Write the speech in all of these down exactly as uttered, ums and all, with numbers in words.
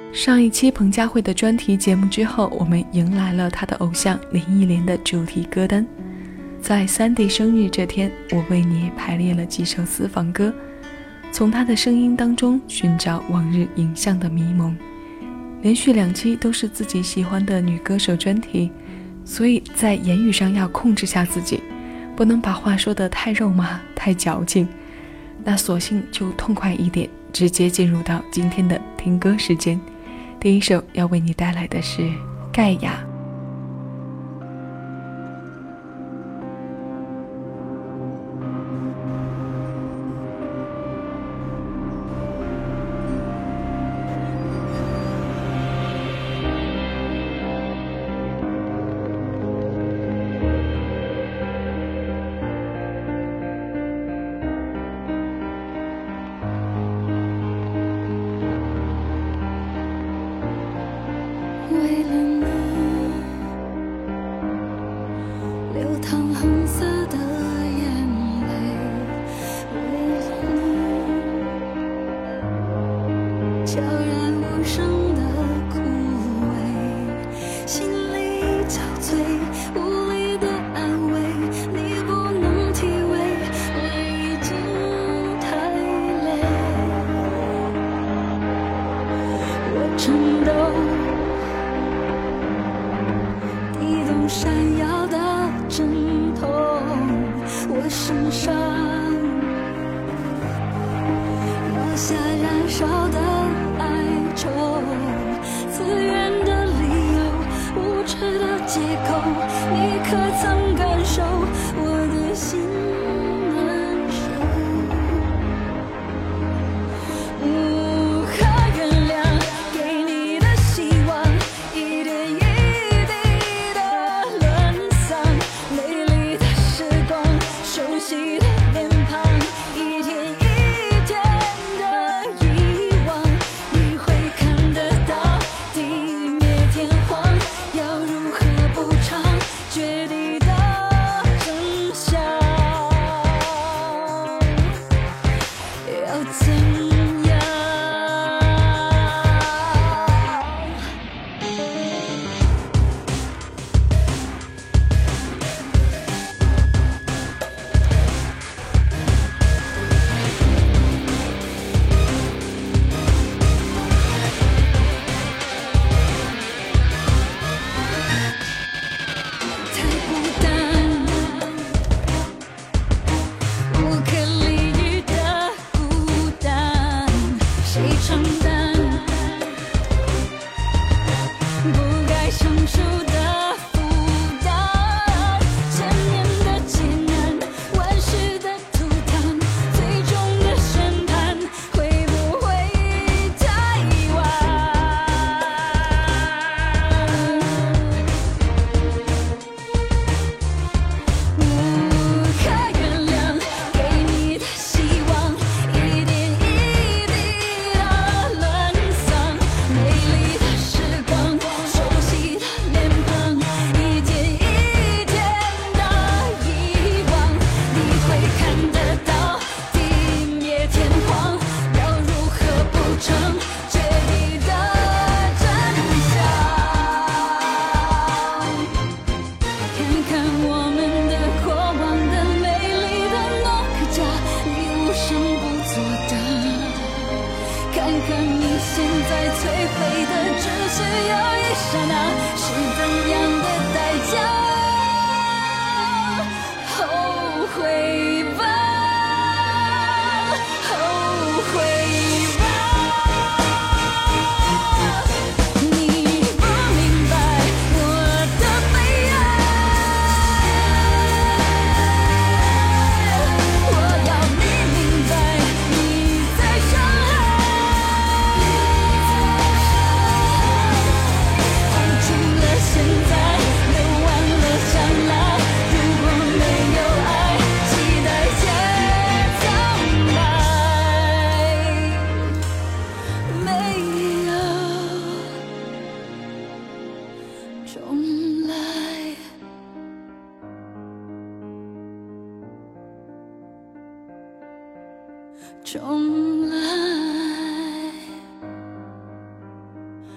上一期彭佳慧的专题节目之后，我们迎来了她的偶像林忆莲的主题歌单。在三弟生日这天，我为你排列了几首私房歌，从她的声音当中寻找往日影像的迷蒙。连续两期都是自己喜欢的女歌手专题，所以在言语上要控制下自己，不能把话说得太肉麻太矫情，那索性就痛快一点，直接进入到今天的听歌时间。第一首要为你带来的是盖亚。 为了你，流淌红色的眼泪，为了你，悄然无声的枯萎，心里憔悴，无力的安慰，你不能体味，我已经太累，我颤抖。闪耀的针头，我身上烙下燃烧的哀愁，自愿的理由，无知的借口，你可曾感受我的心难受？无可原谅给你的希望，一点一熟悉的脸庞，一天一天的遗忘，你会看得到地灭天荒，要如何补偿绝地的真相？要怎样？重来，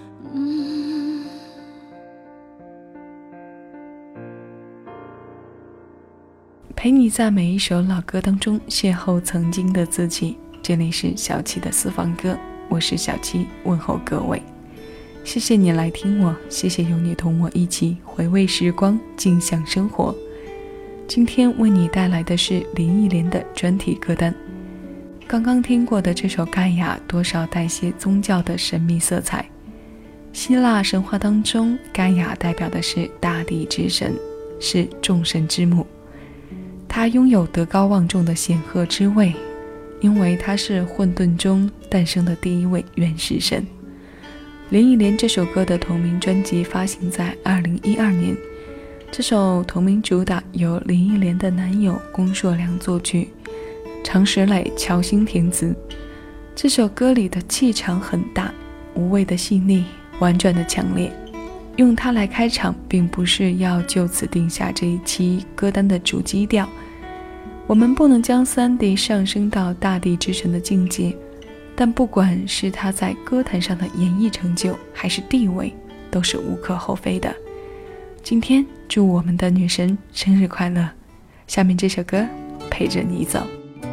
陪你在每一首老歌当中邂逅曾经的自己。这里是小七的私房歌，我是小七，问候各位。谢谢你来听我，谢谢有你同我一起回味时光，静享生活。今天为你带来的是林忆莲的专题歌单。刚刚听过的这首《盖亚》多少带些宗教的神秘色彩。希腊神话当中，盖亚代表的是大地之神，是众神之母。她拥有德高望重的显赫之位，因为她是混沌中诞生的第一位原始神。林忆莲这首歌的同名专辑发行在二零一二年，这首同名主打由林忆莲的男友龚硕良作曲，常石磊、乔欣填词。这首歌里的气场很大，无畏的细腻，婉转的强烈。用它来开场，并不是要就此定下这一期歌单的主基调。我们不能将三弟上升到大地之神的境界，但不管是他在歌坛上的演艺成就还是地位，都是无可厚非的。今天祝我们的女神生日快乐，下面这首歌陪着你走。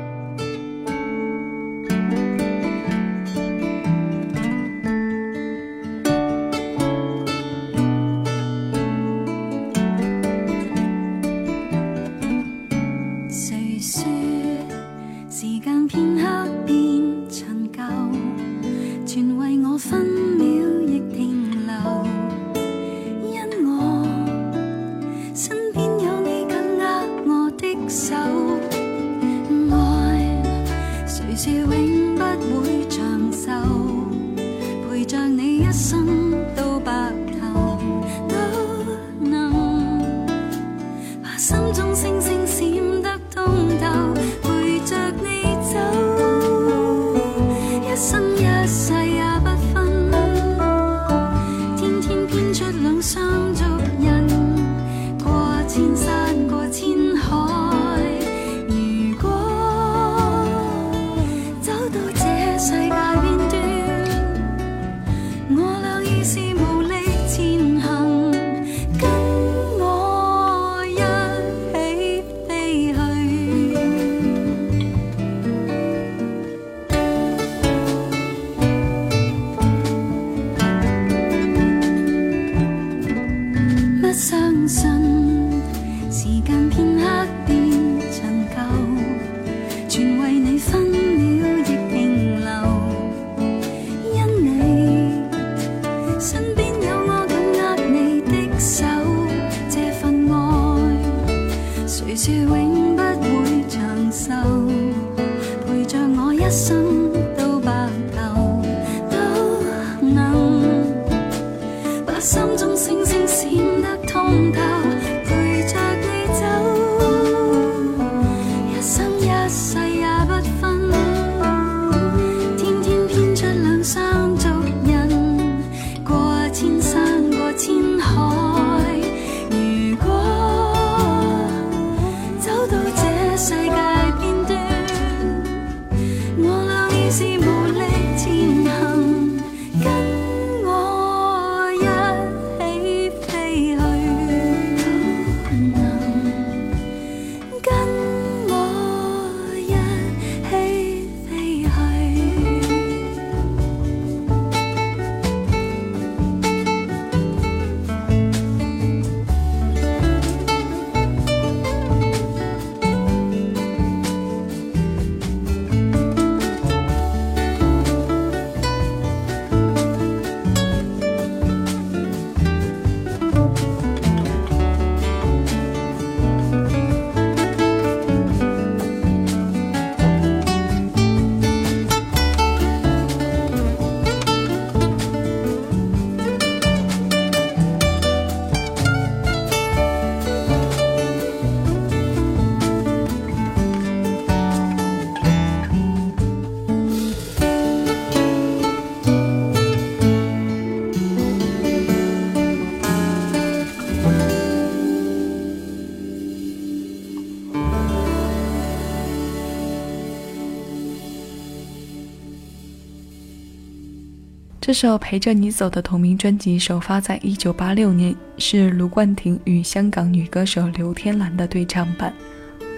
这首陪着你走的同名专辑首发在一九八六年，是卢冠廷与香港女歌手刘天兰的对唱版。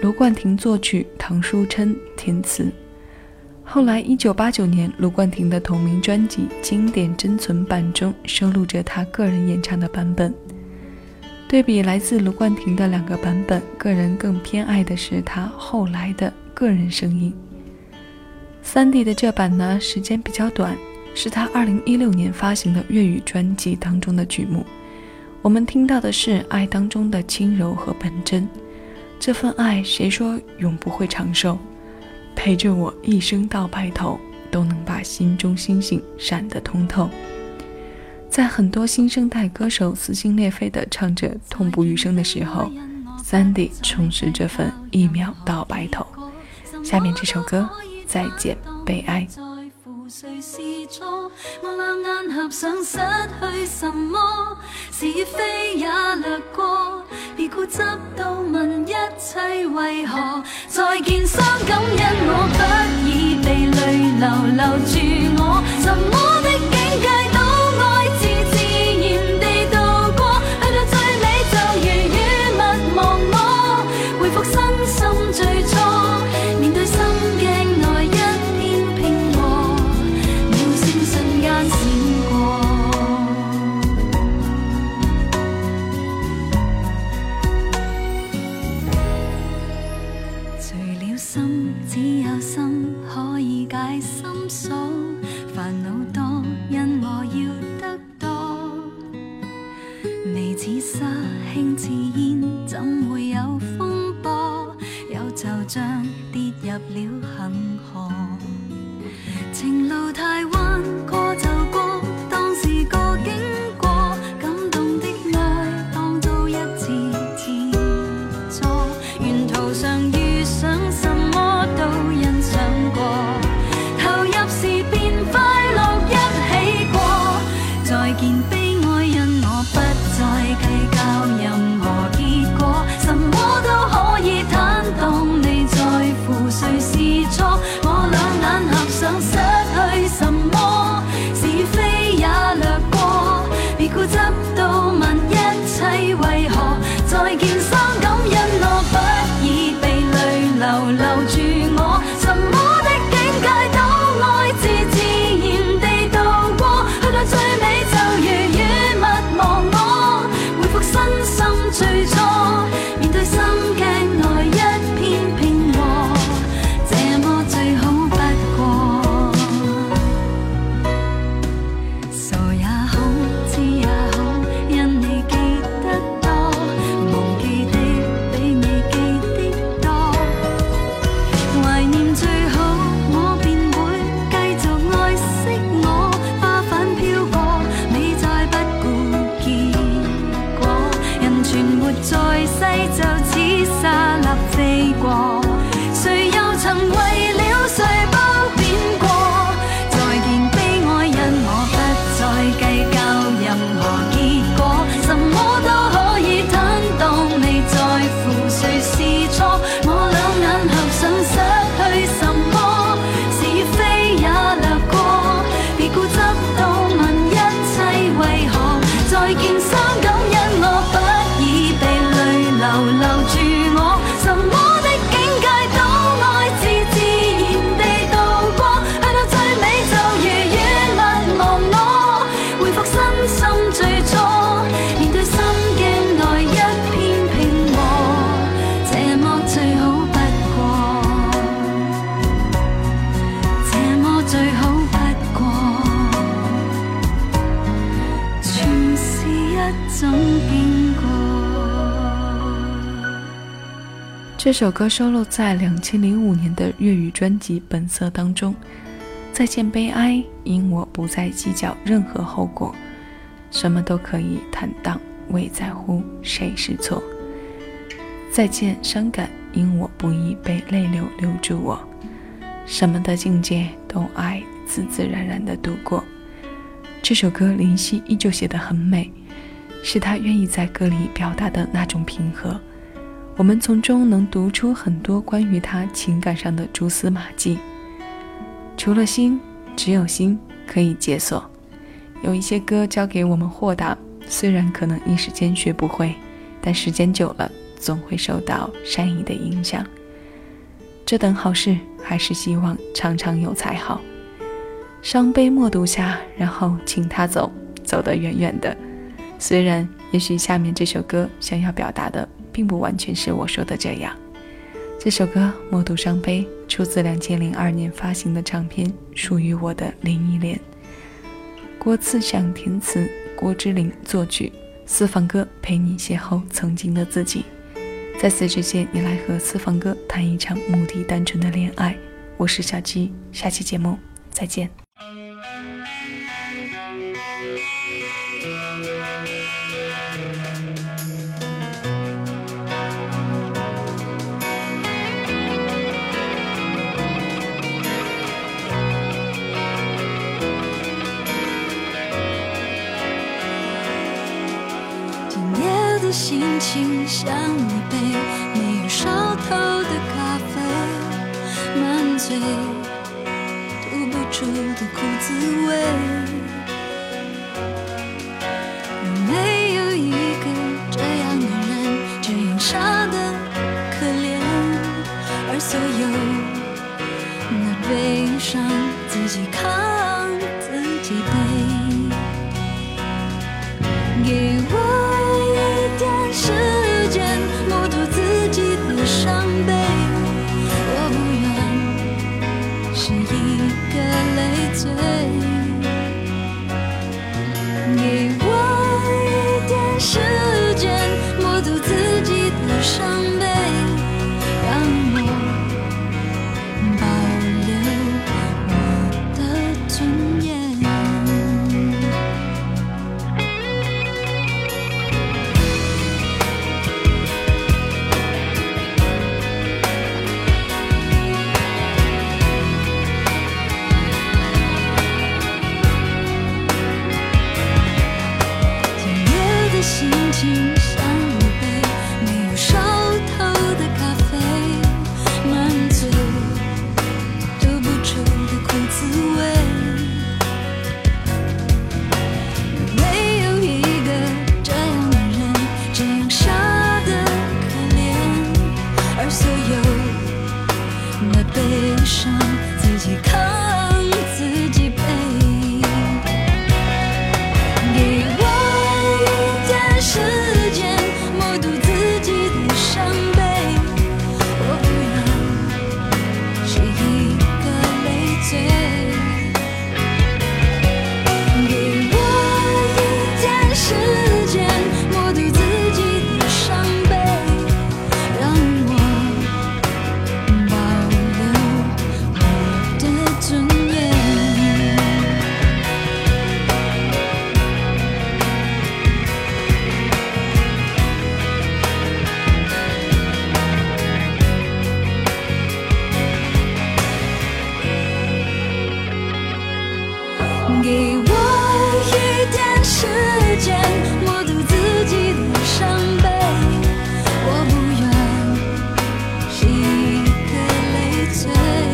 卢冠廷作曲，唐书琛填词。后来一九八九年，卢冠廷的同名专辑《经典珍存版》中收录着他个人演唱的版本。对比来自卢冠廷的两个版本，个人更偏爱的是他后来的个人声音。三弟的这版呢，时间比较短，是他二零一六年发行的粤语专辑当中的曲目。我们听到的是爱当中的轻柔和本真，这份爱谁说永不会长寿，陪着我一生到白头，都能把心中星星闪得通透。在很多新生代歌手撕心裂肺地唱着痛不欲生的时候，三弟重拾这份一秒到白头。下面这首歌再见悲哀。 谁是错？我两眼合上，失去什么？是与非也掠过，别固执到问一切为何？再見傷感，因我不已被淚流留住我，什麼的境界都愛自自然地度過，去到最尾就如雨勿忘我，回復身心最初，面對心鏡內一片平和，秒閃瞬間閃過。除了心，只有心可以解心鎖，煩惱多，因我要得多。你似沙，輕似煙，怎會有風波？有就像跌入了恒河。情路太彎，過就過，當是個經過。感動的愛，當做一次自助。沿途上遇上什麼都欣賞過，投入時便快樂一起過。再見悲哀，因我不再計較任何結果，什麼都可以坦蕩，你在乎誰是錯？我兩眼合上，失去什麼？是與非也掠過，別固執到問一切為何？再見傷感，因我不已被淚流留住我，什麼的境界都愛自自然地度過，去到最尾就如雨勿忘我，回復身心最初，面對心鏡內一片平和，這麼最好不過。傻也好，知也好，因你記得多，忘記的比你記的多。懷念最好，我便會繼續愛惜我，花瓣飄過，美再不顧結果。人存活在世，就似沙粒飛過，誰又曾為了誰不變過？再見悲哀，因我不再計較任何結果，什麼都可以坦蕩，你在乎誰是錯？我兩眼合上，失去什麼？是與非也掠過，別固執到問一切為何？再見傷感，因我不已被淚流留住我，什麼的境界都愛自自然地度過，去到最尾就如雨勿忘我，回復身心最初，面對心鏡內一片平和，這麼最好不過，這麼最好不過，全是一種經過。 这首歌收录在两千零五年的粤语专辑《本色》当中。再见悲哀，因我不再计较任何后果，什么都可以坦荡，未在乎谁是错。再见伤感，因我不易被泪流留住我，什么的境界都爱自自然然地度过。这首歌林夕依旧写得很美，是她愿意在歌里表达的那种平和。我们从中能读出很多关于他情感上的蛛丝马迹。除了心，只有心可以解锁。有一些歌教给我们豁达，虽然可能一时间学不会，但时间久了， 总会受到善意的影响。这等好事，还是希望常常有才好。伤悲莫读下，然后请他走，走得远远的。虽然也许下面这首歌想要表达的并不完全是我说的这样。这首歌《莫读伤悲》出自两千零二年发行的唱片《属于我的林忆莲》，郭次祥填词，郭之琳作曲，私房歌陪你邂逅曾经的自己。在此之前，也来和私房歌谈一场目的单纯的恋爱。我是小鸡，下期节目再见。 心情像一杯没有烧透的咖啡，满嘴吐不出的苦滋味。没有一个这样的人，这样傻的可怜，而所有那悲伤自己扛自己背。给我时间摸透自己的伤悲，我不愿是一个累赘。给我一点时间摸透自己的伤悲，让我保留我的尊严。心情像一杯没有烧透的咖啡，满嘴吐不出的苦滋味。没有一个这样的人，这样傻的可怜，而所有那悲伤自己扛自己背。给我时间摸透自己的伤悲，我不愿是一个累赘。给我一点时间摸透自己的伤悲，让我保留我的尊严。给我一点时间摸透自己的伤悲，我不愿是一个累赘。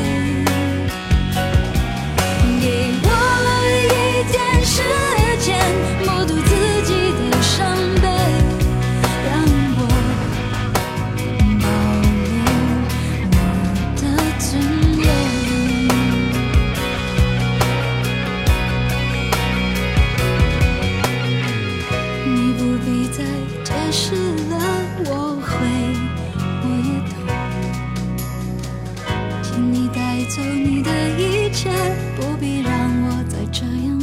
给我一点时间摸透自己的伤悲，让我保留我的尊严。你不必再解释了，我会，我也懂。请你带走你的一切，不必让我再这样。